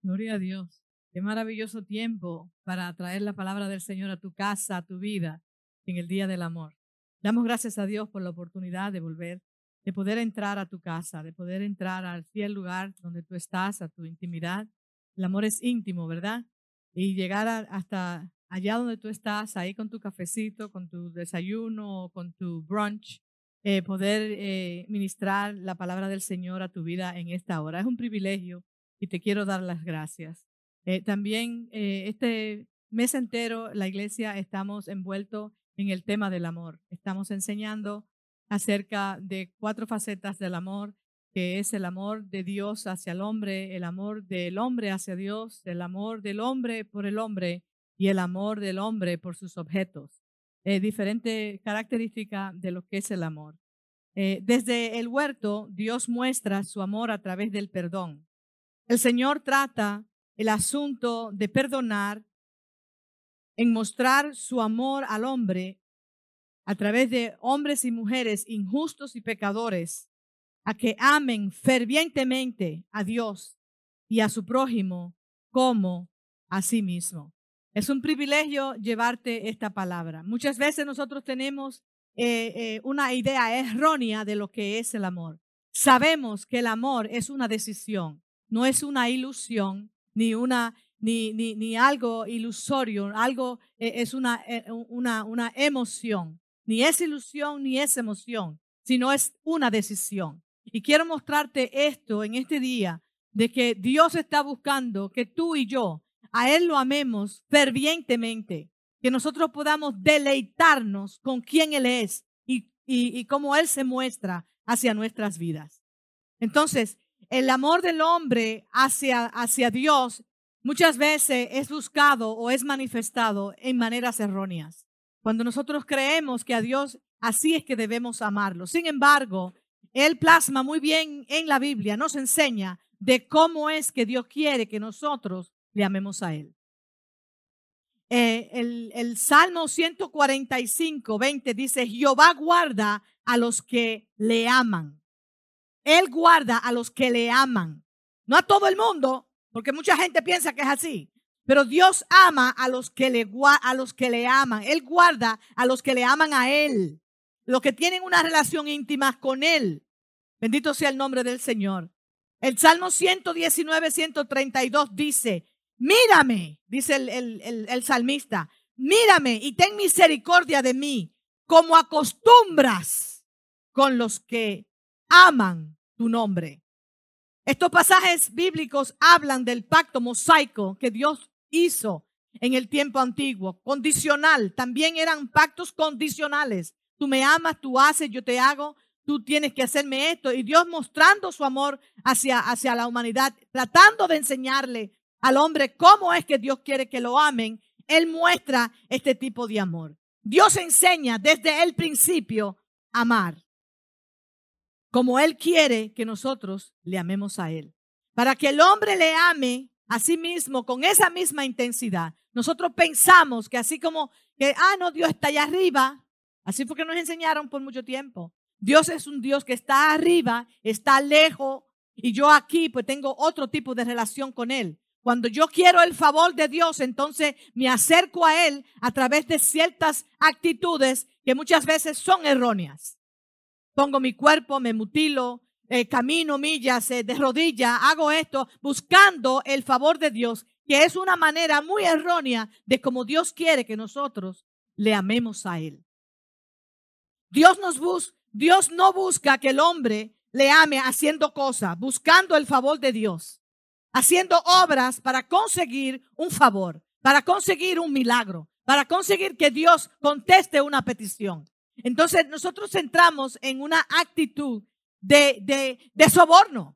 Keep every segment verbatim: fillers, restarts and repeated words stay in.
Gloria a Dios. Qué maravilloso tiempo para traer la palabra del Señor a tu casa, a tu vida, en el Día del Amor. Damos gracias a Dios por la oportunidad de volver, de poder entrar a tu casa, de poder entrar al fiel lugar donde tú estás, a tu intimidad. El amor es íntimo, ¿verdad? Y llegar a, hasta allá donde tú estás, ahí con tu cafecito, con tu desayuno, con tu brunch, eh, poder eh, ministrar la palabra del Señor a tu vida en esta hora. Es un privilegio y te quiero dar las gracias. Eh, también eh, este mes entero la iglesia estamos envueltos en el tema del amor. Estamos enseñando acerca de cuatro facetas del amor, que es el amor de Dios hacia el hombre, el amor del hombre hacia Dios, el amor del hombre por el hombre y el amor del hombre por sus objetos. Eh, diferente característica de lo que es el amor. Eh, desde el huerto, Dios muestra su amor a través del perdón. El Señor trata el asunto de perdonar en mostrar su amor al hombre a través de hombres y mujeres injustos y pecadores, a que amen fervientemente a Dios y a su prójimo como a sí mismo. Es un privilegio llevarte esta palabra. Muchas veces nosotros tenemos eh, eh, una idea errónea de lo que es el amor. Sabemos que el amor es una decisión, no es una ilusión, ni una ni, ni, ni algo ilusorio, algo eh, es una, eh, una, una emoción. Ni es ilusión ni es emoción, sino es una decisión. Y quiero mostrarte esto en este día, de que Dios está buscando que tú y yo a Él lo amemos fervientemente, que nosotros podamos deleitarnos con quién Él es y, y, y cómo Él se muestra hacia nuestras vidas. Entonces, el amor del hombre hacia, hacia Dios muchas veces es buscado o es manifestado en maneras erróneas. Cuando nosotros creemos que a Dios así es que debemos amarlo. Sin embargo, Él plasma muy bien en la Biblia, nos enseña de cómo es que Dios quiere que nosotros le amemos a Él. Eh, el, el Salmo ciento cuarenta y cinco, veinte dice, Jehová guarda a los que le aman. Él guarda a los que le aman. No a todo el mundo, porque mucha gente piensa que es así. Pero Dios ama a los que le, a los que le aman. Él guarda a los que le aman a Él. Los que tienen una relación íntima con Él. Bendito sea el nombre del Señor. El Salmo ciento diecinueve, ciento treinta y dos dice, mírame, dice el, el, el, el salmista, mírame y ten misericordia de mí, como acostumbras con los que aman tu nombre. Estos pasajes bíblicos hablan del pacto mosaico que Dios hizo en el tiempo antiguo, condicional. También eran pactos condicionales. Tú me amas, tú haces, yo te hago, tú tienes que hacerme esto. Y Dios mostrando su amor hacia, hacia la humanidad, tratando de enseñarle al hombre cómo es que Dios quiere que lo amen. Él muestra este tipo de amor. Dios enseña desde el principio a amar, como Él quiere que nosotros le amemos a Él. Para que el hombre le ame a sí mismo con esa misma intensidad. Nosotros pensamos que así como que, ah, no, Dios está allá arriba. Así fue que nos enseñaron por mucho tiempo. Dios es un Dios que está arriba, está lejos, y yo aquí pues tengo otro tipo de relación con Él. Cuando yo quiero el favor de Dios, entonces me acerco a Él a través de ciertas actitudes que muchas veces son erróneas. Pongo mi cuerpo, me mutilo, eh, camino millas eh, de rodillas, hago esto buscando el favor de Dios, que es una manera muy errónea de cómo Dios quiere que nosotros le amemos a Él. Dios nos bus- Dios no busca que el hombre le ame haciendo cosas, buscando el favor de Dios, haciendo obras para conseguir un favor, para conseguir un milagro, para conseguir que Dios conteste una petición. Entonces nosotros entramos en una actitud de, de, de soborno.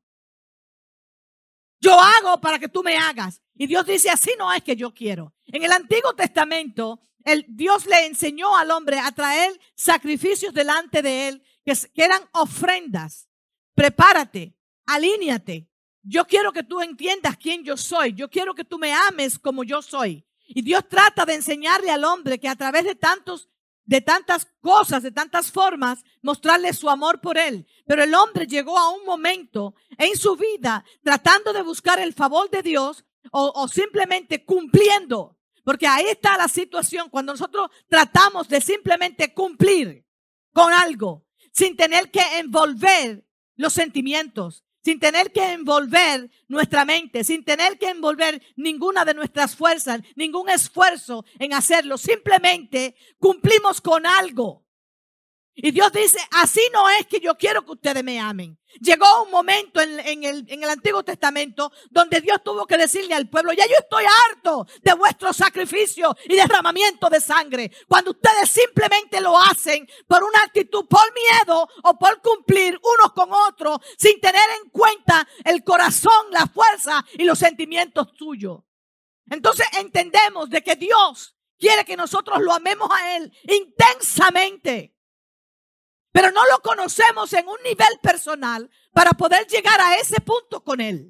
Yo hago para que tú me hagas. Y Dios dice, así no es que yo quiero. En el Antiguo Testamento, el, Dios le enseñó al hombre a traer sacrificios delante de él, que, que eran ofrendas. Prepárate, alíñate. Yo quiero que tú entiendas quién yo soy. Yo quiero que tú me ames como yo soy. Y Dios trata de enseñarle al hombre que a través de tantos de tantas cosas, de tantas formas, mostrarle su amor por Él. Pero el hombre llegó a un momento en su vida tratando de buscar el favor de Dios o, o simplemente cumpliendo. Porque ahí está la situación cuando nosotros tratamos de simplemente cumplir con algo sin tener que envolver los sentimientos, sin tener que envolver nuestra mente, sin tener que envolver ninguna de nuestras fuerzas, ningún esfuerzo en hacerlo. Simplemente cumplimos con algo. Y Dios dice, así no es que yo quiero que ustedes me amen. Llegó un momento en, en, el, en el Antiguo Testamento donde Dios tuvo que decirle al pueblo, ya yo estoy harto de vuestro sacrificio y derramamiento de sangre. Cuando ustedes simplemente lo hacen por una actitud, por miedo o por cumplir unos con otros, sin tener en cuenta el corazón, la fuerza y los sentimientos suyos. Entonces entendemos de que Dios quiere que nosotros lo amemos a Él intensamente. Pero no lo conocemos en un nivel personal para poder llegar a ese punto con Él.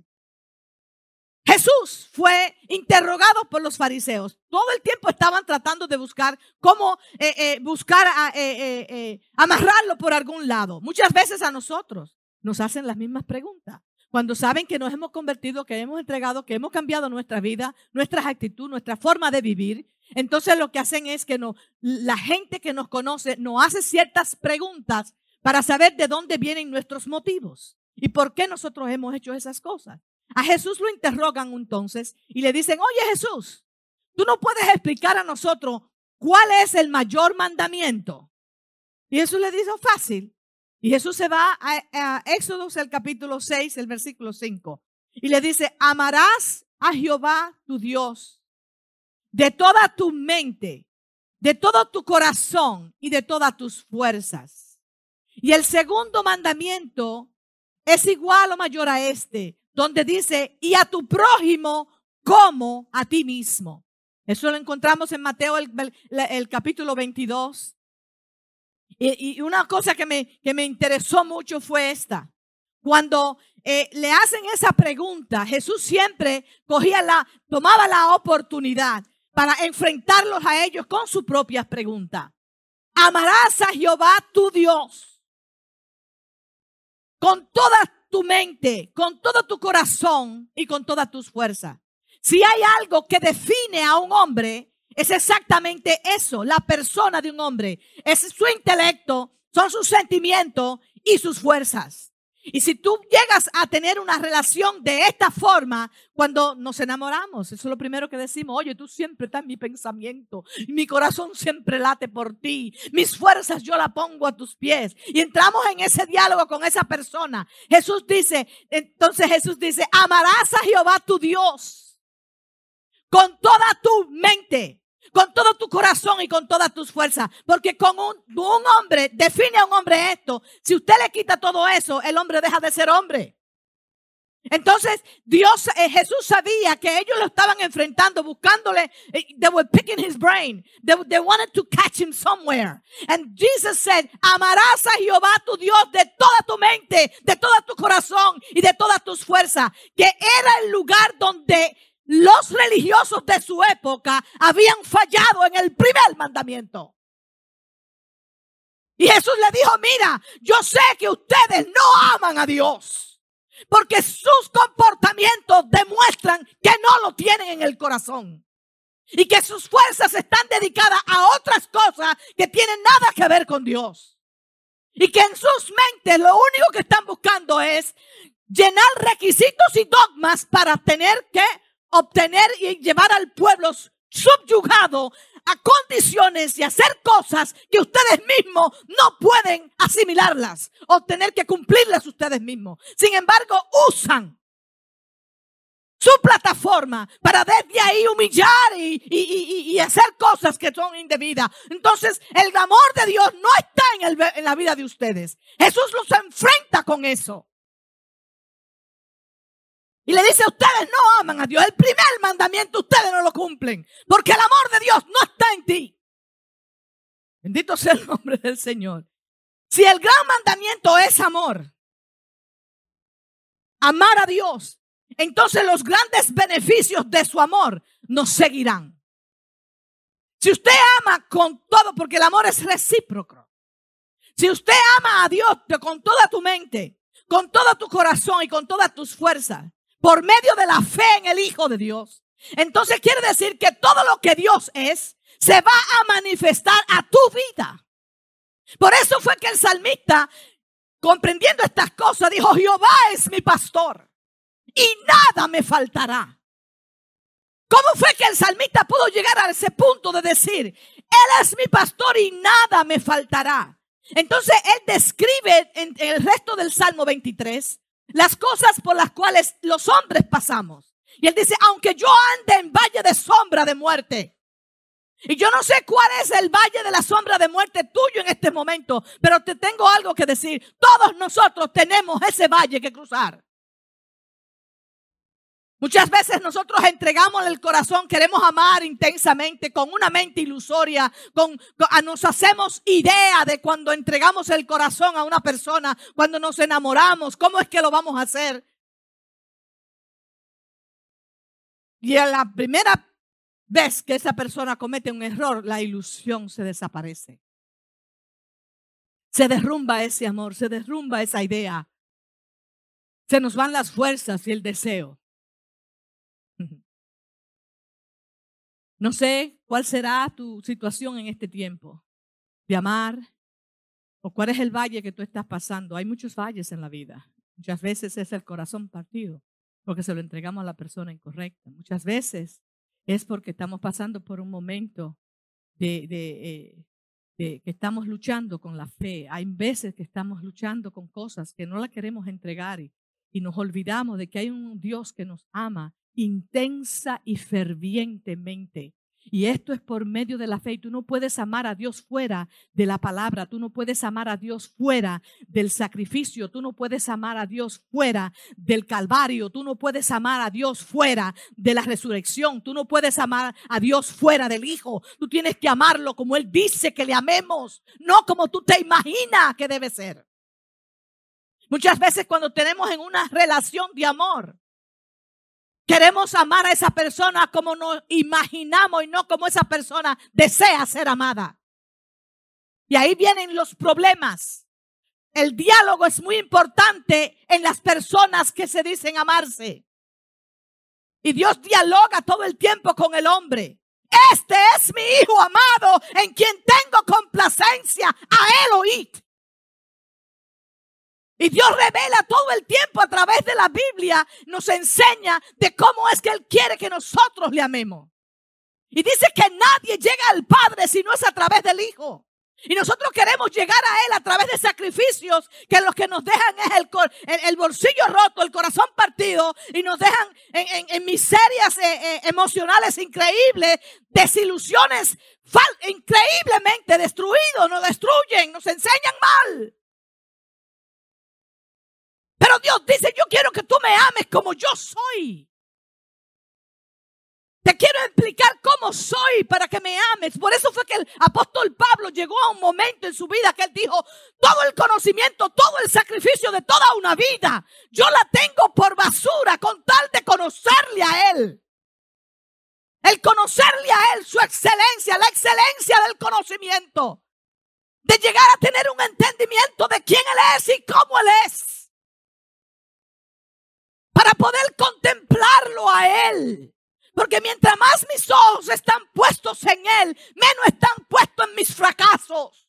Jesús fue interrogado por los fariseos. Todo el tiempo estaban tratando de buscar cómo eh, eh, buscar a, eh, eh, eh, amarrarlo por algún lado. Muchas veces a nosotros nos hacen las mismas preguntas. Cuando saben que nos hemos convertido, que hemos entregado, que hemos cambiado nuestra vida, nuestras actitudes, nuestra forma de vivir, entonces lo que hacen es que no, la gente que nos conoce nos hace ciertas preguntas para saber de dónde vienen nuestros motivos y por qué nosotros hemos hecho esas cosas. A Jesús lo interrogan entonces y le dicen, oye Jesús, tú no puedes explicar a nosotros cuál es el mayor mandamiento. Y Jesús le dice, fácil. Y Jesús se va a, a Éxodo, el capítulo seis, el versículo cinco. Y le dice, amarás a Jehová tu Dios de toda tu mente, de todo tu corazón y de todas tus fuerzas. Y el segundo mandamiento es igual o mayor a este, donde dice, y a tu prójimo como a ti mismo. Eso lo encontramos en Mateo, el, el, el capítulo veintidós. Y, y una cosa que me, que me interesó mucho fue esta. Cuando eh, le hacen esa pregunta, Jesús siempre cogía la, tomaba la oportunidad para enfrentarlos a ellos con sus propias preguntas. Amarás a Jehová tu Dios con toda tu mente, con todo tu corazón y con todas tus fuerzas. Si hay algo que define a un hombre, es exactamente eso, la persona de un hombre. Es su intelecto, son sus sentimientos y sus fuerzas. Y si tú llegas a tener una relación de esta forma, cuando nos enamoramos, eso es lo primero que decimos, oye, tú siempre estás en mi pensamiento, mi corazón siempre late por ti, mis fuerzas yo la pongo a tus pies. Y entramos en ese diálogo con esa persona. Jesús dice, entonces Jesús dice, amarás a Jehová tu Dios con toda tu mente, con todo tu corazón y con todas tus fuerzas. Porque con un, un hombre, define a un hombre esto. Si usted le quita todo eso, el hombre deja de ser hombre. Entonces, Dios, eh, Jesús sabía que ellos lo estaban enfrentando, buscándole. They were picking his brain. They, they wanted to catch him somewhere. And Jesus said, amarás a Jehová tu Dios de toda tu mente, de todo tu corazón y de todas tus fuerzas. Que era el lugar donde los religiosos de su época habían fallado en el primer mandamiento. Y Jesús le dijo, mira, yo sé que ustedes no aman a Dios, porque sus comportamientos demuestran que no lo tienen en el corazón. Y que sus fuerzas están dedicadas a otras cosas que tienen nada que ver con Dios. Y que en sus mentes lo único que están buscando es llenar requisitos y dogmas para tener que obtener y llevar al pueblo subyugado a condiciones y hacer cosas que ustedes mismos no pueden asimilarlas o tener que cumplirlas ustedes mismos. Sin embargo, usan su plataforma para desde ahí humillar y, y, y, y hacer cosas que son indebidas. Entonces, el amor de Dios no está en, el, en la vida de ustedes. Jesús los enfrenta con eso. Y le dice, ustedes no aman a Dios. El primer mandamiento ustedes no lo cumplen, porque el amor de Dios no está en ti. Bendito sea el nombre del Señor. Si el gran mandamiento es amor, amar a Dios, entonces los grandes beneficios de su amor nos seguirán. Si usted ama con todo, porque el amor es recíproco. Si usted ama a Dios con toda tu mente, con todo tu corazón y con todas tus fuerzas, por medio de la fe en el Hijo de Dios, entonces quiere decir que todo lo que Dios es se va a manifestar a tu vida. Por eso fue que el salmista, comprendiendo estas cosas, dijo: Jehová es mi pastor y nada me faltará. ¿Cómo fue que el salmista pudo llegar a ese punto de decir: Él es mi pastor y nada me faltará? Entonces él describe en el resto del Salmo veintitrés las cosas por las cuales los hombres pasamos. Y él dice: aunque yo ande en valle de sombra de muerte. Y yo no sé cuál es el valle de la sombra de muerte tuyo en este momento, pero te tengo algo que decir. Todos nosotros tenemos ese valle que cruzar. Muchas veces nosotros entregamos el corazón, queremos amar intensamente con una mente ilusoria, con, con, nos hacemos idea de cuando entregamos el corazón a una persona, cuando nos enamoramos, cómo es que lo vamos a hacer. Y a la primera vez que esa persona comete un error, la ilusión se desaparece. Se derrumba ese amor, se derrumba esa idea. Se nos van las fuerzas y el deseo. No sé cuál será tu situación en este tiempo de amar, o cuál es el valle que tú estás pasando. Hay muchos valles en la vida. Muchas veces es el corazón partido porque se lo entregamos a la persona incorrecta. Muchas veces es porque estamos pasando por un momento de, de, eh, de que estamos luchando con la fe. Hay veces que estamos luchando con cosas que no la queremos entregar y, y nos olvidamos de que hay un Dios que nos ama intensa y fervientemente. Y esto es por medio de la fe. Y tú no puedes amar a Dios fuera de la palabra. Tú no puedes amar a Dios fuera del sacrificio. Tú no puedes amar a Dios fuera del Calvario. Tú no puedes amar a Dios fuera de la resurrección. Tú no puedes amar a Dios fuera del Hijo. Tú tienes que amarlo como Él dice que le amemos, no como tú te imaginas que debe ser. Muchas veces cuando tenemos en una relación de amor, queremos amar a esa persona como nos imaginamos y no como esa persona desea ser amada. Y ahí vienen los problemas. El diálogo es muy importante en las personas que se dicen amarse. Y Dios dialoga todo el tiempo con el hombre. Este es mi hijo amado en quien tengo complacencia, a él oíd. Y Dios revela todo el tiempo a través de la Biblia, nos enseña de cómo es que Él quiere que nosotros le amemos. Y dice que nadie llega al Padre si no es a través del Hijo. Y nosotros queremos llegar a Él a través de sacrificios que los que nos dejan es el, el, el bolsillo roto, el corazón partido, y nos dejan en, en, en miserias eh, eh, emocionales increíbles, desilusiones increíblemente destruidos, nos destruyen, nos enseñan mal. Pero Dios dice: yo quiero que tú me ames como yo soy. Te quiero explicar cómo soy para que me ames. Por eso fue que el apóstol Pablo llegó a un momento en su vida que él dijo: todo el conocimiento, todo el sacrificio de toda una vida, yo la tengo por basura con tal de conocerle a Él. El conocerle a Él, su excelencia, la excelencia del conocimiento. De llegar a tener un entendimiento de quién Él es y cómo Él es. Para poder contemplarlo a Él. Porque mientras más mis ojos están puestos en Él, menos están puestos en mis fracasos.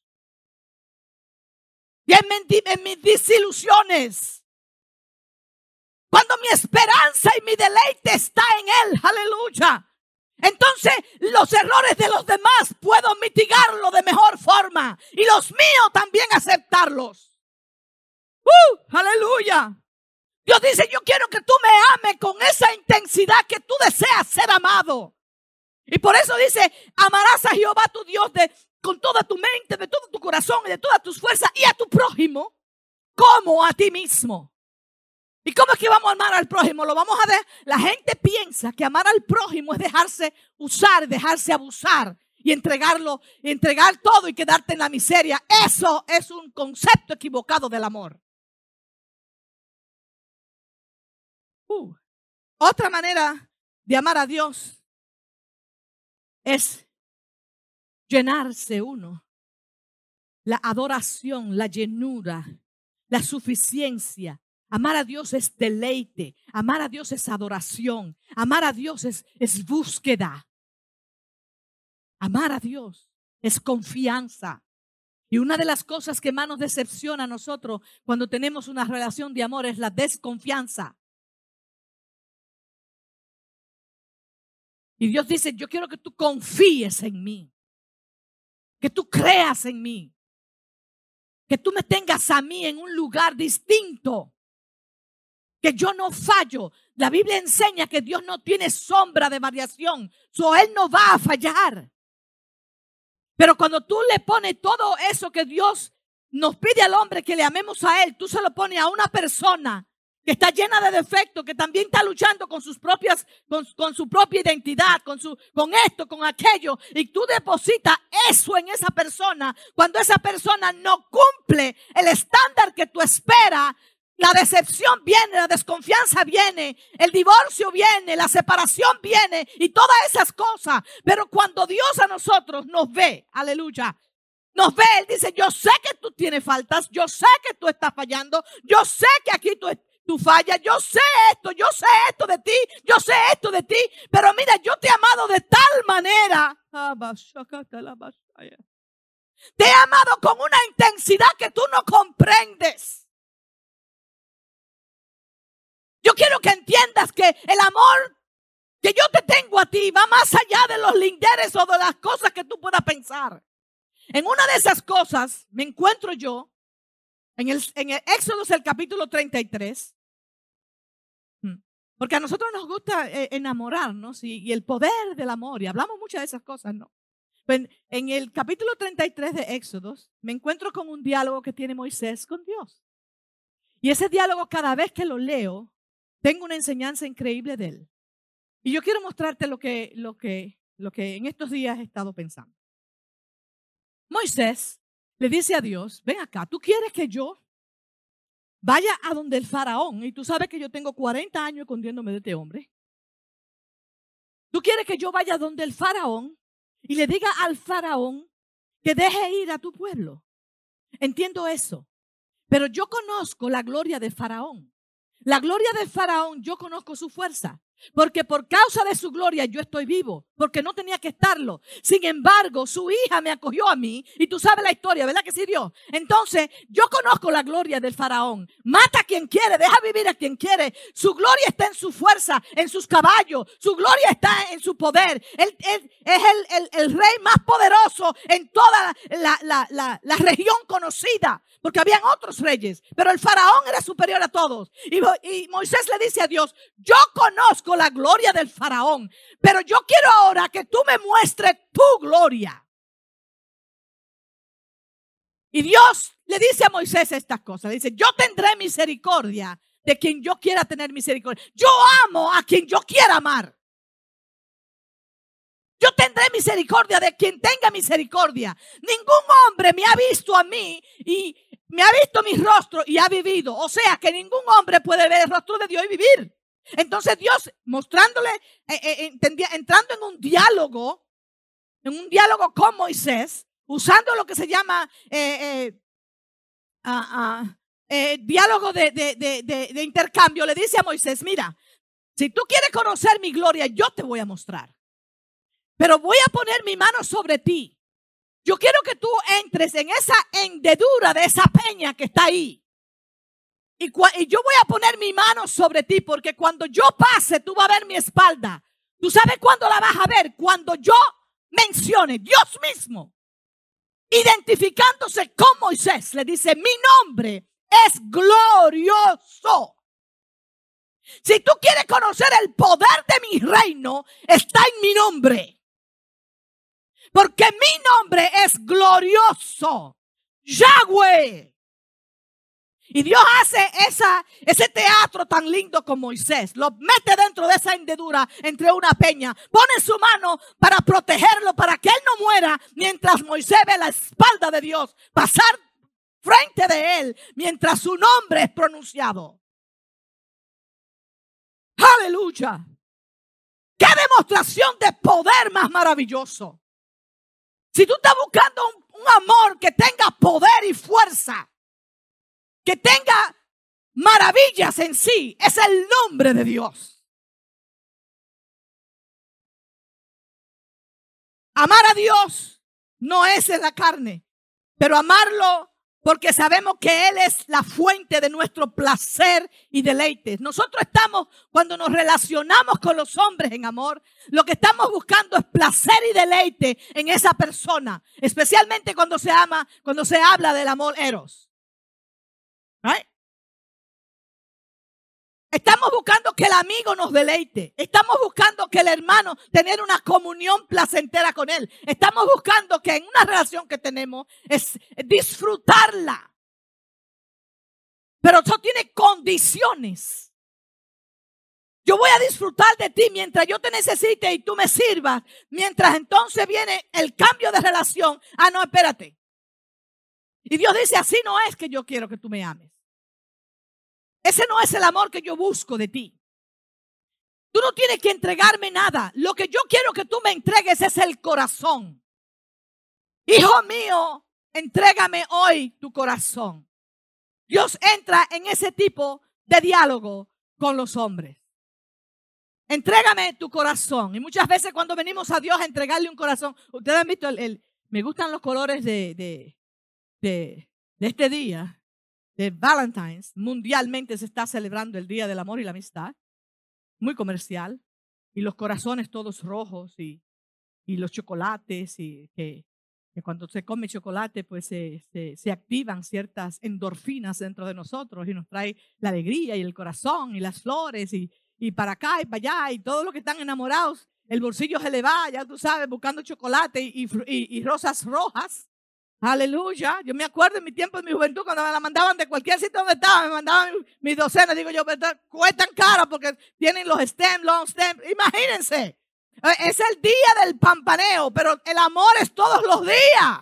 Y en, mi, en mis desilusiones. Cuando mi esperanza y mi deleite está en Él. Aleluya. Entonces los errores de los demás puedo mitigarlos de mejor forma. Y los míos también aceptarlos. ¡Uh! Aleluya. Dios dice: yo quiero que tú me ames con esa intensidad que tú deseas ser amado. Y por eso dice: amarás a Jehová tu Dios de, con toda tu mente, de todo tu corazón y de todas tus fuerzas, y a tu prójimo como a ti mismo. ¿Y cómo es que vamos a amar al prójimo? Lo vamos a dejar. La gente piensa que amar al prójimo es dejarse usar, dejarse abusar y entregarlo, entregar todo y quedarte en la miseria. Eso es un concepto equivocado del amor. Uh, otra manera de amar a Dios es llenarse uno. La adoración, la llenura, la suficiencia Amar a Dios es deleite. Amar a Dios es adoración. Amar a Dios es, es búsqueda. Amar a Dios es confianza. Y una de las cosas que más nos decepciona a nosotros cuando tenemos una relación de amor es la desconfianza. Y Dios dice, yo quiero que tú confíes en mí. Que tú creas en mí. Que tú me tengas a mí en un lugar distinto. Que yo no fallo. La Biblia enseña que Dios no tiene sombra de variación. So, Él no va a fallar. Pero cuando tú le pones todo eso que Dios nos pide al hombre que le amemos a Él, tú se lo pones a una persona que está llena de defectos, que también está luchando con sus propias, con, con su propia identidad, con su, con esto, con aquello, y tú depositas eso en esa persona. Cuando esa persona no cumple el estándar que tú esperas, la decepción viene, la desconfianza viene, el divorcio viene, la separación viene y todas esas cosas. Pero cuando Dios a nosotros nos ve, aleluya, nos ve, Él dice, yo sé que tú tienes faltas, yo sé que tú estás fallando, yo sé que aquí tú, tú fallas, yo sé esto, yo sé esto de ti, yo sé esto de ti, pero mira, yo te he amado de tal manera. Te he amado con una intensidad que tú no comprendes. Yo quiero que entiendas que el amor que yo te tengo a ti va más allá de los linderes o de las cosas que tú puedas pensar. En una de esas cosas me encuentro yo en el, en el Éxodo, el capítulo treinta y tres. Porque a nosotros nos gusta eh, enamorarnos y, y el poder del amor. Y hablamos muchas de esas cosas, ¿no? En, en el capítulo treinta y tres de Éxodo me encuentro con un diálogo que tiene Moisés con Dios. Y ese diálogo, cada vez que lo leo, tengo una enseñanza increíble de él. Y yo quiero mostrarte lo que, lo que, lo que en estos días he estado pensando. Moisés le dice a Dios, ven acá, ¿tú quieres que yo vaya a donde el faraón? Y tú sabes que yo tengo cuarenta años escondiéndome de este hombre. ¿Tú quieres que yo vaya a donde el faraón y le diga al faraón que deje ir a tu pueblo? Entiendo eso. Pero yo conozco la gloria de faraón. La gloria del faraón, yo conozco su fuerza, porque por causa de su gloria yo estoy vivo, porque no tenía que estarlo. Sin embargo, su hija me acogió a mí y tú sabes la historia, ¿verdad que sí, Dios? Entonces, yo conozco la gloria del faraón. Mata a quien quiere, deja vivir a quien quiere. Su gloria está en su fuerza, en sus caballos. Su gloria está en su poder. Él, él es el, el, el rey más poderoso en toda la, la, la, la región conocida. Porque habían otros reyes, pero el faraón era superior a todos. Y, y Moisés le dice a Dios, yo conozco la gloria del faraón, pero yo quiero ahora que tú me muestres tu gloria. Y Dios le dice a Moisés estas cosas. Le dice, yo tendré misericordia de quien yo quiera tener misericordia. Yo amo a quien yo quiera amar. Yo tendré misericordia de quien tenga misericordia. Ningún hombre me ha visto a mí y me ha visto mi rostro y ha vivido. O sea que ningún hombre puede ver el rostro de Dios y vivir. Entonces Dios mostrándole, eh, eh, entendía, entrando en un diálogo, en un diálogo con Moisés, usando lo que se llama eh, eh, uh, uh, eh, diálogo de, de, de, de, de intercambio, le dice a Moisés, mira, si tú quieres conocer mi gloria, yo te voy a mostrar. Pero voy a poner mi mano sobre ti. Yo quiero que tú entres en esa hendedura de esa peña que está ahí. Y, y yo voy a poner mi mano sobre ti, porque cuando yo pase, tú vas a ver mi espalda. ¿Tú sabes cuándo la vas a ver? Cuando yo mencione, Dios mismo, identificándose con Moisés, le dice, mi nombre es glorioso. Si tú quieres conocer el poder de mi reino, está en mi nombre. Porque mi nombre es glorioso, Yahweh. Y Dios hace esa, ese teatro tan lindo con Moisés. Lo mete dentro de esa hendedura entre una peña. Pone su mano para protegerlo, para que él no muera. Mientras Moisés ve la espalda de Dios pasar frente de él, mientras su nombre es pronunciado. Aleluya. ¡Qué demostración de poder más maravilloso! Si tú estás buscando un, un amor que tenga poder y fuerza, que tenga maravillas en sí es el nombre de Dios. Amar a Dios no es en la carne, pero amarlo porque sabemos que Él es la fuente de nuestro placer y deleite. Nosotros estamos, cuando nos relacionamos con los hombres en amor, lo que estamos buscando es placer y deleite en esa persona, especialmente cuando se ama, cuando se habla del amor eros. ¿Right? Estamos buscando que el amigo nos deleite. Estamos buscando que el hermano tener una comunión placentera con él. Estamos buscando que en una relación que tenemos es disfrutarla. Pero eso tiene condiciones. Yo voy a disfrutar de ti mientras yo te necesite y tú me sirvas. Mientras entonces viene el cambio de relación. Ah, no, espérate. Y Dios dice, así no es que yo quiero que tú me ames. Ese no es el amor que yo busco de ti. Tú no tienes que entregarme nada. Lo que yo quiero que tú me entregues es el corazón. Hijo mío, entrégame hoy tu corazón. Dios entra en ese tipo de diálogo con los hombres. Entrégame tu corazón. Y muchas veces cuando venimos a Dios a entregarle un corazón, ustedes han visto el, el me gustan los colores de, de, de, de este día. De Valentine's, mundialmente se está celebrando el Día del Amor y la Amistad, muy comercial, y los corazones todos rojos y, y los chocolates, y que, que cuando se come chocolate pues se, se, se activan ciertas endorfinas dentro de nosotros y nos trae la alegría y el corazón y las flores y, y para acá y para allá y todos los que están enamorados, el bolsillo se le va, ya tú sabes, buscando chocolate y, y, y rosas rojas. Aleluya. Yo me acuerdo en mi tiempo, en mi juventud, cuando me la mandaban de cualquier sitio donde estaba, me mandaban mis mi docenas. Digo yo, cuestan cara porque tienen los stem, long stem. Imagínense. Es el día del pampaneo, pero el amor es todos los días.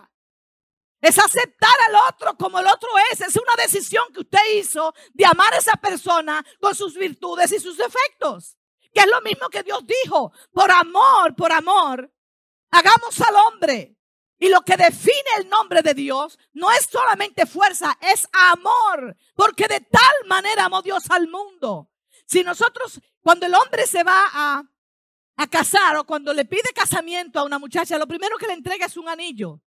Es aceptar al otro como el otro es. Es una decisión que usted hizo de amar a esa persona con sus virtudes y sus defectos. Que es lo mismo que Dios dijo. Por amor, por amor, hagamos al hombre. Y lo que define el nombre de Dios no es solamente fuerza, es amor. Porque de tal manera amó Dios al mundo. Si nosotros, cuando el hombre se va a, a casar o cuando le pide casamiento a una muchacha, lo primero que le entrega es un anillo.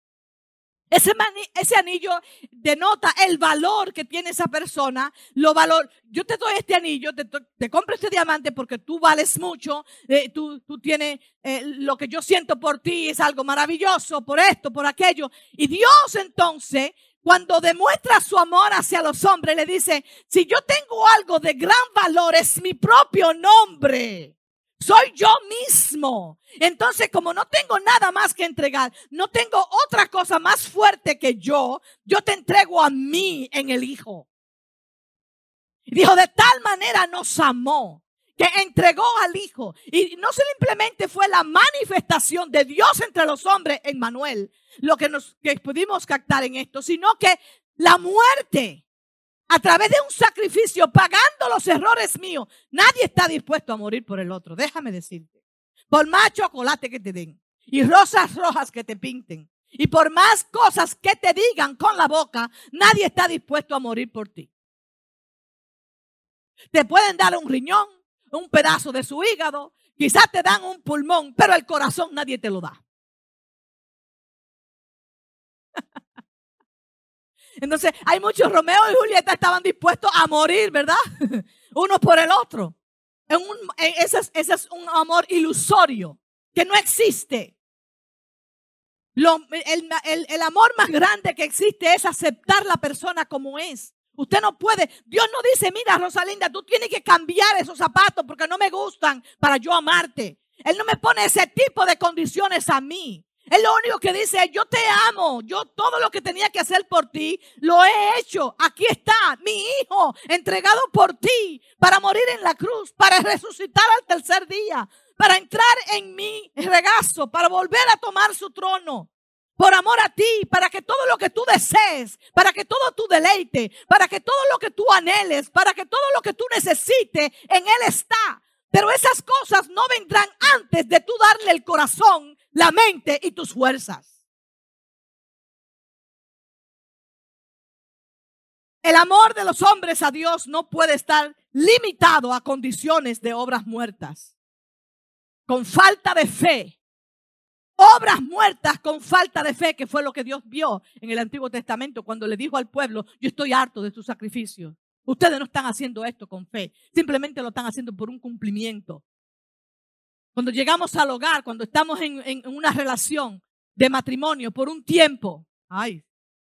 Ese, mani, ese anillo denota el valor que tiene esa persona. Lo valor, yo te doy este anillo, te, te compro este diamante porque tú vales mucho. Eh, tú, tú tienes eh, lo que yo siento por ti es algo maravilloso, por esto, por aquello. Y Dios entonces, cuando demuestra su amor hacia los hombres, le dice, si yo tengo algo de gran valor, es mi propio nombre. Soy yo mismo. Entonces, como no tengo nada más que entregar, no tengo otra cosa más fuerte que yo, yo te entrego a mí en el Hijo. Y dijo, de tal manera nos amó que entregó al Hijo. Y no simplemente fue la manifestación de Dios entre los hombres en Manuel, lo que, nos, que pudimos captar en esto, sino que la muerte a través de un sacrificio, pagando los errores míos. Nadie está dispuesto a morir por el otro. Déjame decirte. Por más chocolate que te den y rosas rojas que te pinten y por más cosas que te digan con la boca, nadie está dispuesto a morir por ti. Te pueden dar un riñón, un pedazo de su hígado, quizás te dan un pulmón, pero el corazón nadie te lo da. Entonces, hay muchos, Romeo y Julieta estaban dispuestos a morir, ¿verdad? Uno por el otro. En un, en ese, es, ese es un amor ilusorio que no existe. Lo, el, el, el amor más grande que existe es aceptar la persona como es. Usted no puede, Dios no dice, mira Rosalinda, tú tienes que cambiar esos zapatos porque no me gustan para yo amarte. Él no me pone ese tipo de condiciones a mí. Él lo único que dice es, yo te amo, yo todo lo que tenía que hacer por ti, lo he hecho. Aquí está mi hijo entregado por ti para morir en la cruz, para resucitar al tercer día, para entrar en mi regazo, para volver a tomar su trono. Por amor a ti, para que todo lo que tú desees, para que todo tu deleite, para que todo lo que tú anheles, para que todo lo que tú necesites, en Él está. Pero esas cosas no vendrán antes de tú darle el corazón, la mente y tus fuerzas. El amor de los hombres a Dios no puede estar limitado a condiciones de obras muertas, con falta de fe. Obras muertas con falta de fe, que fue lo que Dios vio en el Antiguo Testamento cuando le dijo al pueblo: yo estoy harto de tus sacrificios. Ustedes no están haciendo esto con fe, simplemente lo están haciendo por un cumplimiento. Cuando llegamos al hogar, cuando estamos en, en una relación de matrimonio por un tiempo, ay,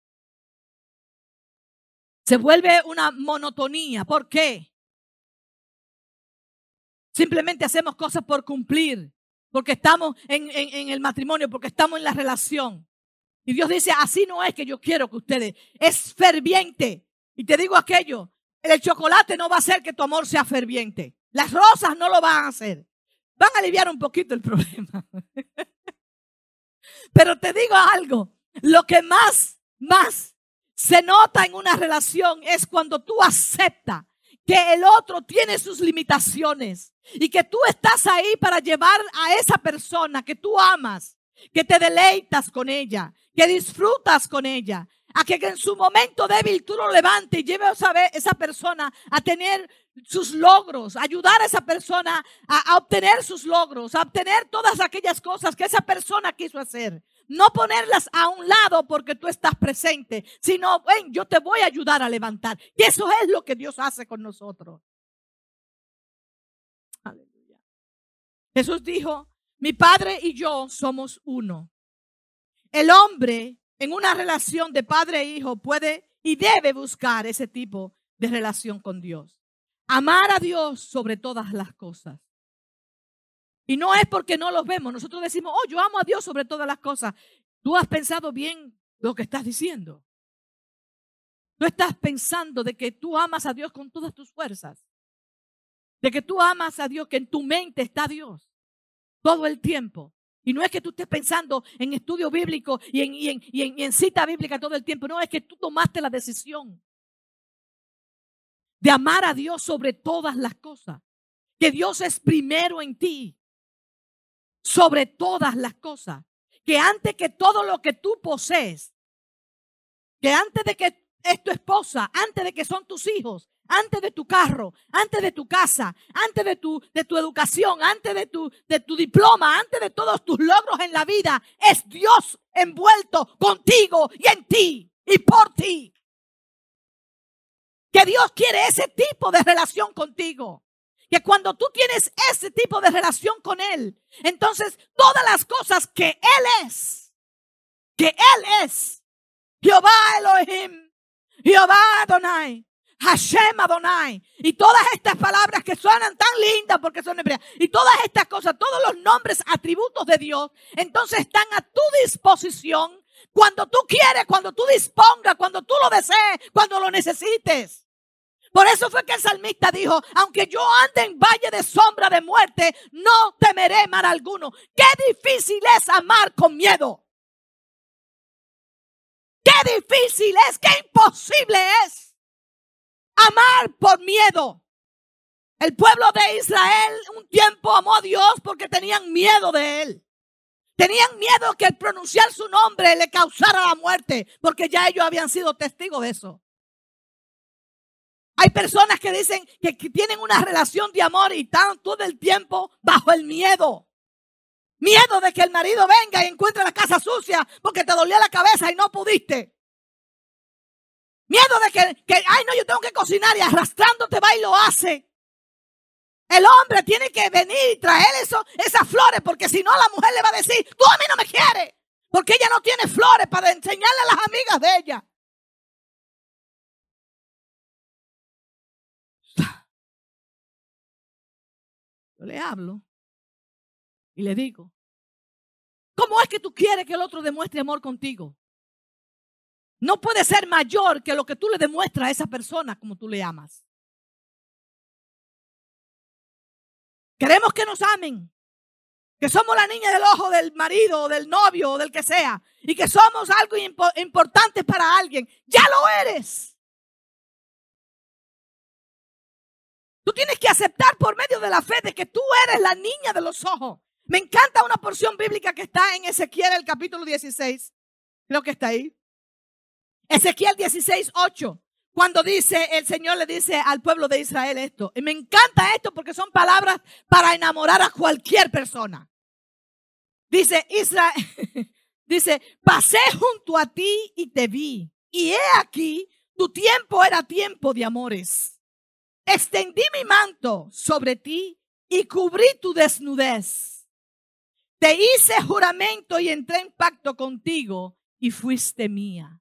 se vuelve una monotonía. ¿Por qué? Simplemente hacemos cosas por cumplir, porque estamos en, en, en el matrimonio, porque estamos en la relación. Y Dios dice: así no es que yo quiero que ustedes, es ferviente. Y te digo aquello, el chocolate no va a hacer que tu amor sea ferviente. Las rosas no lo van a hacer. Van a aliviar un poquito el problema. Pero te digo algo, lo que más, más se nota en una relación es cuando tú aceptas que el otro tiene sus limitaciones y que tú estás ahí para llevar a esa persona que tú amas, que te deleitas con ella, que disfrutas con ella, a que en su momento débil tú lo levantes y lleves a esa persona a tener sus logros, ayudar a esa persona a, a obtener sus logros, a obtener todas aquellas cosas que esa persona quiso hacer. No ponerlas a un lado porque tú estás presente, sino, ven, yo te voy a ayudar a levantar. Y eso es lo que Dios hace con nosotros. Aleluya. Jesús dijo: mi Padre y yo somos uno. El hombre en una relación de padre e hijo puede y debe buscar ese tipo de relación con Dios. Amar a Dios sobre todas las cosas. Y no es porque no los vemos. Nosotros decimos: oh, yo amo a Dios sobre todas las cosas. ¿Tú has pensado bien lo que estás diciendo? ¿Tú estás pensando de que tú amas a Dios con todas tus fuerzas? De que tú amas a Dios, que en tu mente está Dios todo el tiempo. Y no es que tú estés pensando en estudio bíblico y en, y en, y en, y en cita bíblica todo el tiempo. No, es que tú tomaste la decisión de amar a Dios sobre todas las cosas. Que Dios es primero en ti, sobre todas las cosas. Que antes que todo lo que tú posees, que antes de que es tu esposa, antes de que son tus hijos, antes de tu carro, antes de tu casa, antes de tu, de tu educación, antes de tu, de tu diploma, antes de todos tus logros en la vida, es Dios envuelto contigo y en ti y por ti. Que Dios quiere ese tipo de relación contigo. Que cuando tú tienes ese tipo de relación con Él, entonces todas las cosas que Él es, que Él es, Jehová Elohim, Jehová Adonai, Hashem Adonai, y todas estas palabras que suenan tan lindas porque son hebreas, y todas estas cosas, todos los nombres, atributos de Dios, entonces están a tu disposición cuando tú quieres, cuando tú dispongas, cuando tú lo desees, cuando lo necesites. Por eso fue que el salmista dijo: aunque yo ande en valle de sombra de muerte, no temeré mal alguno. Qué difícil es amar con miedo. Qué difícil es, qué imposible es amar por miedo. El pueblo de Israel un tiempo amó a Dios porque tenían miedo de Él. Tenían miedo que el pronunciar su nombre le causara la muerte, porque ya ellos habían sido testigos de eso. Hay personas que dicen que, que tienen una relación de amor y están todo el tiempo bajo el miedo. Miedo de que el marido venga y encuentre la casa sucia porque te dolía la cabeza y no pudiste. Miedo de que, que ay no, yo tengo que cocinar, y arrastrándote va y lo hace. El hombre tiene que venir y traer eso, esas flores, porque si no la mujer le va a decir: tú a mí no me quieres, porque ella no tiene flores para enseñarle a las amigas de ella. Yo le hablo y le digo: ¿cómo es que tú quieres que el otro demuestre amor contigo? No puede ser mayor que lo que tú le demuestras a esa persona como tú le amas. Queremos que nos amen, que somos la niña del ojo del marido o del novio o del que sea, y que somos algo impo- importante para alguien. Ya lo eres. Tú tienes que aceptar por medio de la fe de que tú eres la niña de los ojos. Me encanta una porción bíblica que está en Ezequiel, el capítulo dieciséis. Creo que está ahí. Ezequiel dieciséis, ocho. Cuando dice, el Señor le dice al pueblo de Israel esto. Y me encanta esto porque son palabras para enamorar a cualquier persona. Dice Israel, dice, pasé junto a ti y te vi. Y he aquí, tu tiempo era tiempo de amores. Extendí mi manto sobre ti y cubrí tu desnudez. Te hice juramento y entré en pacto contigo y fuiste mía.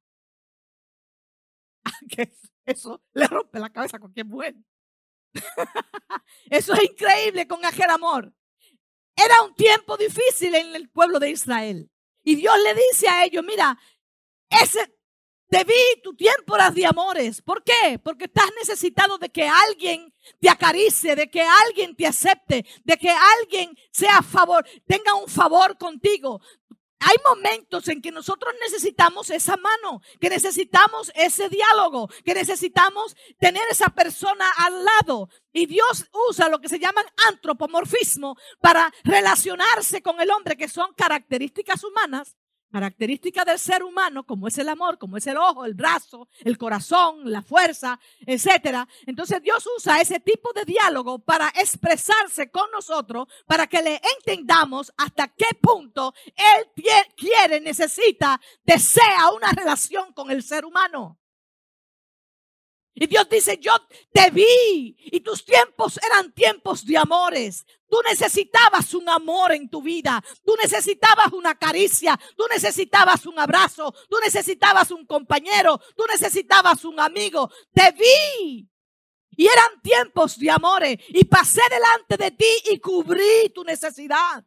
Eso le rompe la cabeza a cualquier mujer. Eso es increíble con aquel amor. Era un tiempo difícil en el pueblo de Israel. Y Dios le dice a ellos, mira, ese te vi, tu tiempo era de amores. ¿Por qué? Porque estás necesitado de que alguien te acaricie, de que alguien te acepte, de que alguien sea a favor, tenga un favor contigo. Hay momentos en que nosotros necesitamos esa mano, que necesitamos ese diálogo, que necesitamos tener esa persona al lado. Y Dios usa lo que se llama antropomorfismo para relacionarse con el hombre, que son características humanas, características del ser humano, como es el amor, como es el ojo, el brazo, el corazón, la fuerza, etcétera. Entonces Dios usa ese tipo de diálogo para expresarse con nosotros, para que le entendamos hasta qué punto Él quiere, necesita, desea una relación con el ser humano. Y Dios dice, yo te vi y tus tiempos eran tiempos de amores. Tú necesitabas un amor en tu vida. Tú necesitabas una caricia. Tú necesitabas un abrazo. Tú necesitabas un compañero. Tú necesitabas un amigo. Te vi. Y eran tiempos de amores. Y pasé delante de ti y cubrí tu necesidad.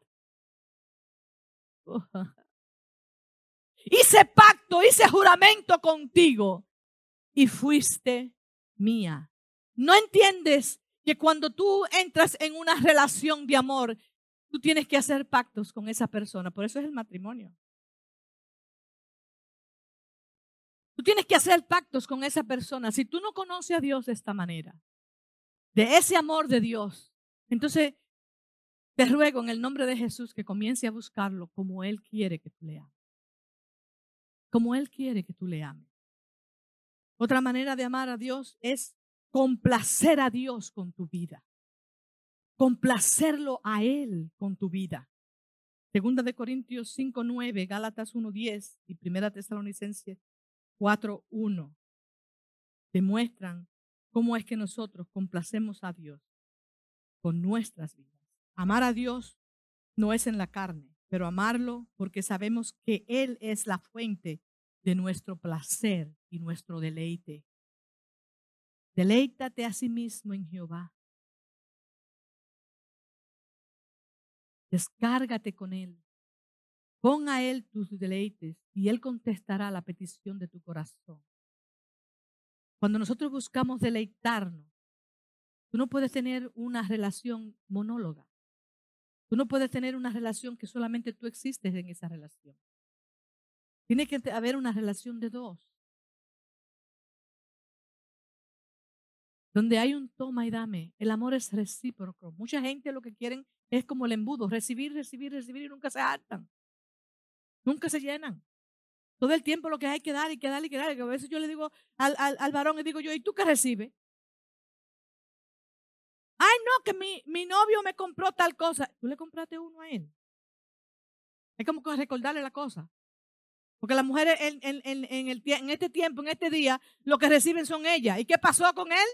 Hice pacto, hice juramento contigo. Y fuiste mía. ¿No entiendes que cuando tú entras en una relación de amor, tú tienes que hacer pactos con esa persona? Por eso es el matrimonio. Tú tienes que hacer pactos con esa persona. Si tú no conoces a Dios de esta manera, de ese amor de Dios, entonces te ruego en el nombre de Jesús que comience a buscarlo como Él quiere que tú le ames. Como Él quiere que tú le ames. Otra manera de amar a Dios es complacer a Dios con tu vida. Complacerlo a Él con tu vida. Segunda de Corintios cinco nueve, Gálatas uno diez y Primera Tesalonicenses cuatro uno demuestran cómo es que nosotros complacemos a Dios con nuestras vidas. Amar a Dios no es en la carne, pero amarlo porque sabemos que Él es la fuente de nuestro placer y nuestro deleite. Deleítate a sí mismo en Jehová. Descárgate con Él. Pon a Él tus deleites y Él contestará la petición de tu corazón. Cuando nosotros buscamos deleitarnos, tú no puedes tener una relación monóloga. Tú no puedes tener una relación que solamente tú existes en esa relación. Tiene que haber una relación de dos. Donde hay un toma y dame. El amor es recíproco. Mucha gente lo que quieren es como el embudo. Recibir, recibir, recibir y nunca se hartan. Nunca se llenan. Todo el tiempo lo que hay que dar y que dar y que dar. Que a veces yo le digo al, al, al varón, le digo yo, ¿y tú qué recibes? Ay, no, que mi, mi novio me compró tal cosa. Tú le compraste uno a él. Es como que recordarle la cosa. Porque las mujeres en, en, en, en, el, en este tiempo, en este día, lo que reciben son ellas. ¿Y qué pasó con él?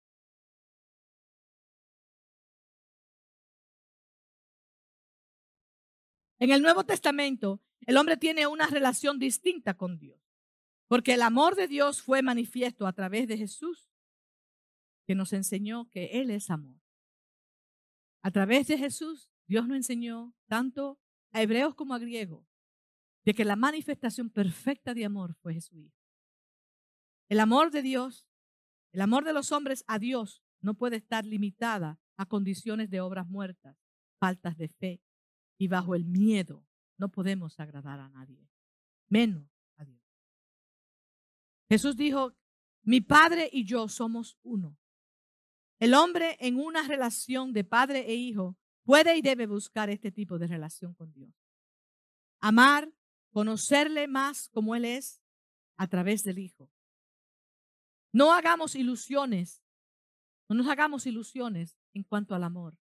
En el Nuevo Testamento, el hombre tiene una relación distinta con Dios. Porque el amor de Dios fue manifiesto a través de Jesús, que nos enseñó que Él es amor. A través de Jesús, Dios nos enseñó tanto a hebreos como a griegos de que la manifestación perfecta de amor fue Jesús. El amor de Dios, el amor de los hombres a Dios no puede estar limitada a condiciones de obras muertas, faltas de fe y bajo el miedo. No podemos agradar a nadie, menos a Dios. Jesús dijo, mi Padre y yo somos uno. El hombre en una relación de padre e hijo puede y debe buscar este tipo de relación con Dios. Amar, conocerle más como Él es a través del Hijo. No hagamos ilusiones. No nos hagamos ilusiones en cuanto al amor.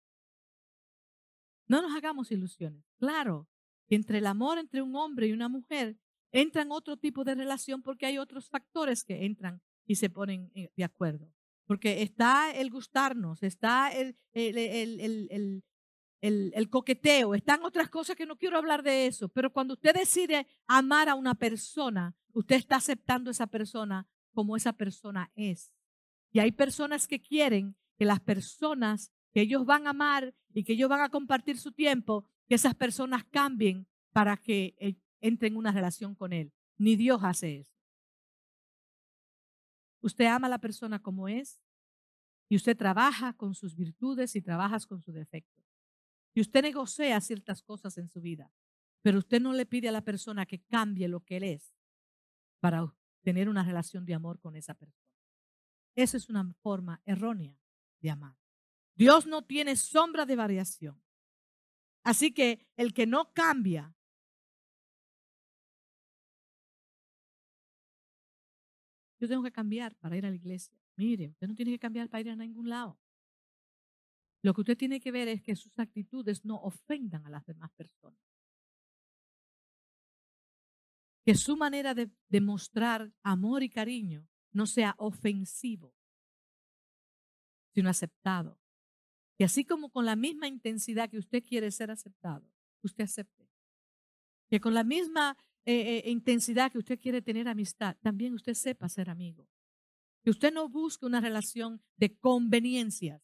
No nos hagamos ilusiones. Claro, que entre el amor entre un hombre y una mujer entran otro tipo de relación porque hay otros factores que entran y se ponen eh, de acuerdo. Porque está el gustarnos, está el, el, el, el, el, el, el coqueteo, están otras cosas que no quiero hablar de eso. Pero cuando usted decide amar a una persona, usted está aceptando a esa persona como esa persona es. Y hay personas que quieren que las personas que ellos van a amar y que ellos van a compartir su tiempo, que esas personas cambien para que eh, entren en una relación con él. Ni Dios hace eso. Usted ama a la persona como es y usted trabaja con sus virtudes y trabaja con sus defectos. Y usted negocia ciertas cosas en su vida, pero usted no le pide a la persona que cambie lo que él es para tener una relación de amor con esa persona. Esa es una forma errónea de amar. Dios no tiene sombra de variación. Así que el que no cambia, yo tengo que cambiar para ir a la iglesia. Mire, usted no tiene que cambiar para ir a ningún lado. Lo que usted tiene que ver es que sus actitudes no ofendan a las demás personas. Que su manera de demostrar amor y cariño no sea ofensivo, sino aceptado. Y así como con la misma intensidad que usted quiere ser aceptado, usted acepte. Que con la misma eh, eh, intensidad que usted quiere tener amistad, también usted sepa ser amigo. Que usted no busque una relación de conveniencias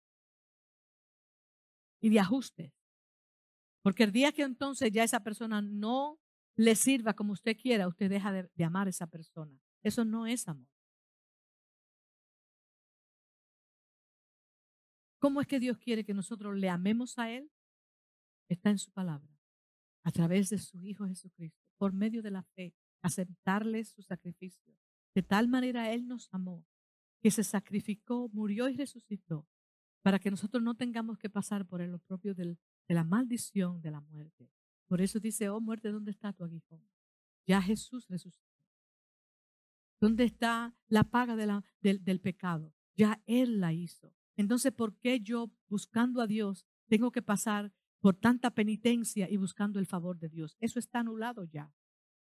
y de ajustes. Porque el día que entonces ya esa persona no le sirva como usted quiera, usted deja de, de amar a esa persona. Eso no es amor. ¿Cómo es que Dios quiere que nosotros le amemos a Él? Está en su palabra, a través de su Hijo Jesucristo, por medio de la fe, aceptarle su sacrificio. De tal manera Él nos amó, que se sacrificó, murió y resucitó, para que nosotros no tengamos que pasar por lo propio del, de la maldición de la muerte. Por eso dice, oh muerte, ¿dónde está tu aguijón? Ya Jesús resucitó. ¿Dónde está la paga de la, del, del pecado? Ya Él la hizo. Entonces, ¿por qué yo, buscando a Dios, tengo que pasar por tanta penitencia y buscando el favor de Dios? Eso está anulado ya.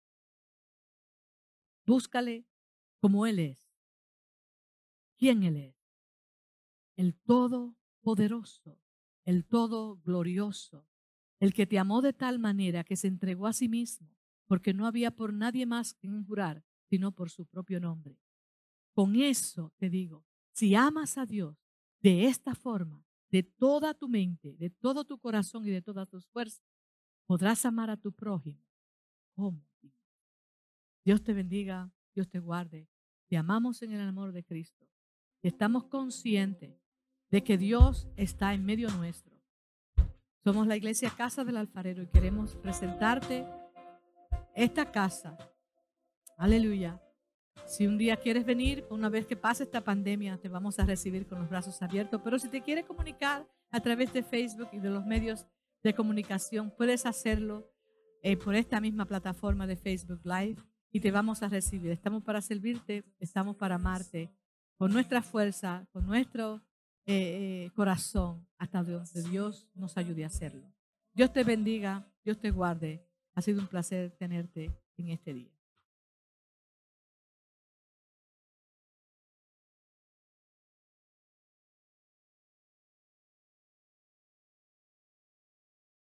Búscale como Él es. ¿Quién Él es? El Todopoderoso, el Todo Glorioso, el que te amó de tal manera que se entregó a sí mismo, porque no había por nadie más que jurar, sino por su propio nombre. Con eso te digo, si amas a Dios de esta forma, de toda tu mente, de todo tu corazón y de todas tus fuerzas, podrás amar a tu prójimo como a ti. Dios te bendiga, Dios te guarde. Te amamos en el amor de Cristo. Y estamos conscientes de que Dios está en medio nuestro. Somos la iglesia Casa del Alfarero y queremos presentarte esta casa. Aleluya. Si un día quieres venir, una vez que pase esta pandemia, te vamos a recibir con los brazos abiertos. Pero si te quieres comunicar a través de Facebook y de los medios de comunicación, puedes hacerlo eh, por esta misma plataforma de Facebook Live y te vamos a recibir. Estamos para servirte, estamos para amarte con nuestra fuerza, con nuestro eh, eh, corazón, hasta donde Dios nos ayude a hacerlo. Dios te bendiga, Dios te guarde. Ha sido un placer tenerte en este día.